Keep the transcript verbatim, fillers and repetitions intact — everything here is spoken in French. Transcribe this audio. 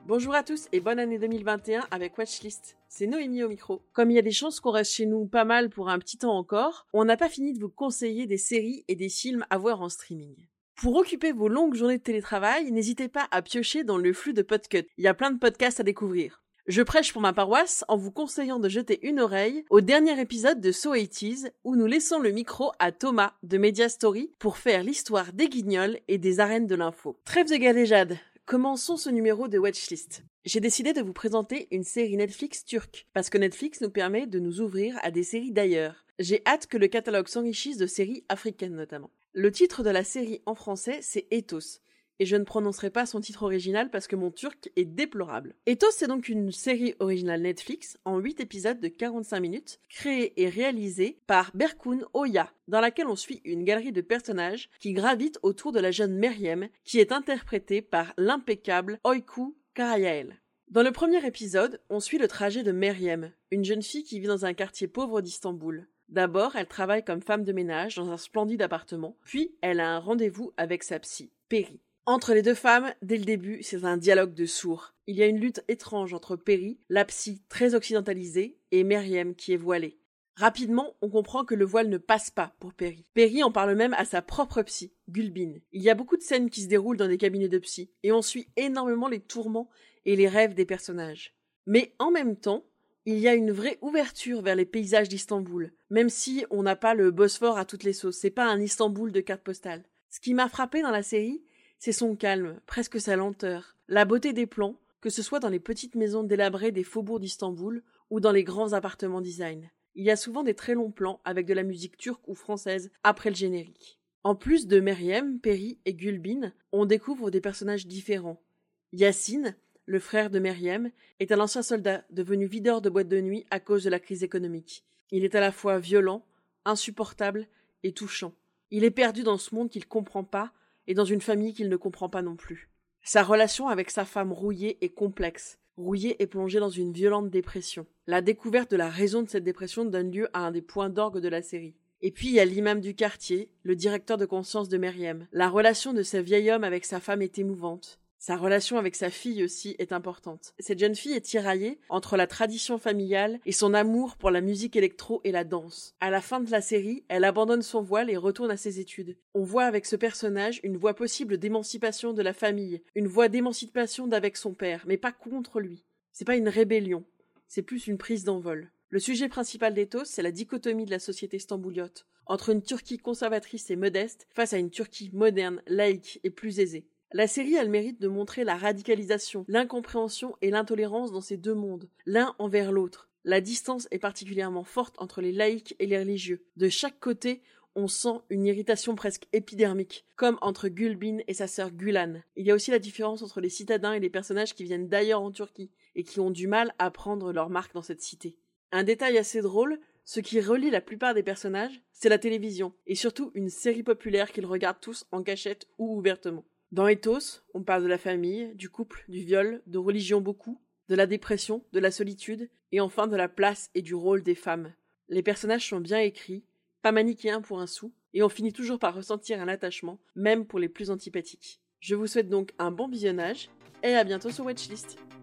Bonjour à tous et bonne année deux mille vingt et un avec Watchlist. C'est Noémie au micro. Comme il y a des chances qu'on reste chez nous pas mal pour un petit temps encore, on n'a pas fini de vous conseiller des séries et des films à voir en streaming. Pour occuper vos longues journées de télétravail, n'hésitez pas à piocher dans le flux de Podcut. Il y a plein de podcasts à découvrir. Je prêche pour ma paroisse en vous conseillant de jeter une oreille au dernier épisode de So eighties où nous laissons le micro à Thomas de Media Story pour faire l'histoire des guignols et des arènes de l'info. Trêve de galéjade. Commençons ce numéro de Watchlist. J'ai décidé de vous présenter une série Netflix turque, parce que Netflix nous permet de nous ouvrir à des séries d'ailleurs. J'ai hâte que le catalogue s'enrichisse de séries africaines notamment. Le titre de la série en français, c'est Ethos, et je ne prononcerai pas son titre original parce que mon turc est déplorable. Ethos, c'est donc une série originale Netflix en huit épisodes de quarante-cinq minutes, créée et réalisée par Berkun Oya, dans laquelle on suit une galerie de personnages qui gravitent autour de la jeune Meryem, qui est interprétée par l'impeccable Oyku Karayael. Dans le premier épisode, on suit le trajet de Meryem, une jeune fille qui vit dans un quartier pauvre d'Istanbul. D'abord, elle travaille comme femme de ménage dans un splendide appartement, puis elle a un rendez-vous avec sa psy, Peri. Entre les deux femmes, dès le début, c'est un dialogue de sourds. Il y a une lutte étrange entre Peri, la psy très occidentalisée, et Meryem qui est voilée. Rapidement, on comprend que le voile ne passe pas pour Peri. Peri en parle même à sa propre psy, Gulbin. Il y a beaucoup de scènes qui se déroulent dans des cabinets de psy, et on suit énormément les tourments et les rêves des personnages. Mais en même temps, il y a une vraie ouverture vers les paysages d'Istanbul, même si on n'a pas le Bosphore à toutes les sauces, c'est pas un Istanbul de carte postale. Ce qui m'a frappé dans la série, c'est son calme, presque sa lenteur, la beauté des plans, que ce soit dans les petites maisons délabrées des faubourgs d'Istanbul ou dans les grands appartements design. Il y a souvent des très longs plans avec de la musique turque ou française après le générique. En plus de Meryem, Peri et Gulbin, on découvre des personnages différents. Yassine, le frère de Meryem, est un ancien soldat devenu videur de boîte de nuit à cause de la crise économique. Il est à la fois violent, insupportable et touchant. Il est perdu dans ce monde qu'il ne comprend pas et dans une famille qu'il ne comprend pas non plus. Sa relation avec sa femme rouillée est complexe. Rouillée est plongée dans une violente dépression. La découverte de la raison de cette dépression donne lieu à un des points d'orgue de la série. Et puis il y a l'imam du quartier, le directeur de conscience de Meryem. La relation de ce vieil homme avec sa femme est émouvante. Sa relation avec sa fille aussi est importante. Cette jeune fille est tiraillée entre la tradition familiale et son amour pour la musique électro et la danse. À la fin de la série, elle abandonne son voile et retourne à ses études. On voit avec ce personnage une voie possible d'émancipation de la famille, une voie d'émancipation d'avec son père, mais pas contre lui. C'est pas une rébellion, c'est plus une prise d'envol. Le sujet principal d'Ethos, c'est la dichotomie de la société stambouliote, entre une Turquie conservatrice et modeste face à une Turquie moderne, laïque et plus aisée. La série a le mérite de montrer la radicalisation, l'incompréhension et l'intolérance dans ces deux mondes, l'un envers l'autre. La distance est particulièrement forte entre les laïcs et les religieux. De chaque côté, on sent une irritation presque épidermique, comme entre Gulbin et sa sœur Gulan. Il y a aussi la différence entre les citadins et les personnages qui viennent d'ailleurs en Turquie, et qui ont du mal à prendre leur marque dans cette cité. Un détail assez drôle, ce qui relie la plupart des personnages, c'est la télévision, et surtout une série populaire qu'ils regardent tous en cachette ou ouvertement. Dans Ethos, on parle de la famille, du couple, du viol, de religion beaucoup, de la dépression, de la solitude, et enfin de la place et du rôle des femmes. Les personnages sont bien écrits, pas manichéens pour un sou, et on finit toujours par ressentir un attachement, même pour les plus antipathiques. Je vous souhaite donc un bon visionnage, et à bientôt sur Watchlist.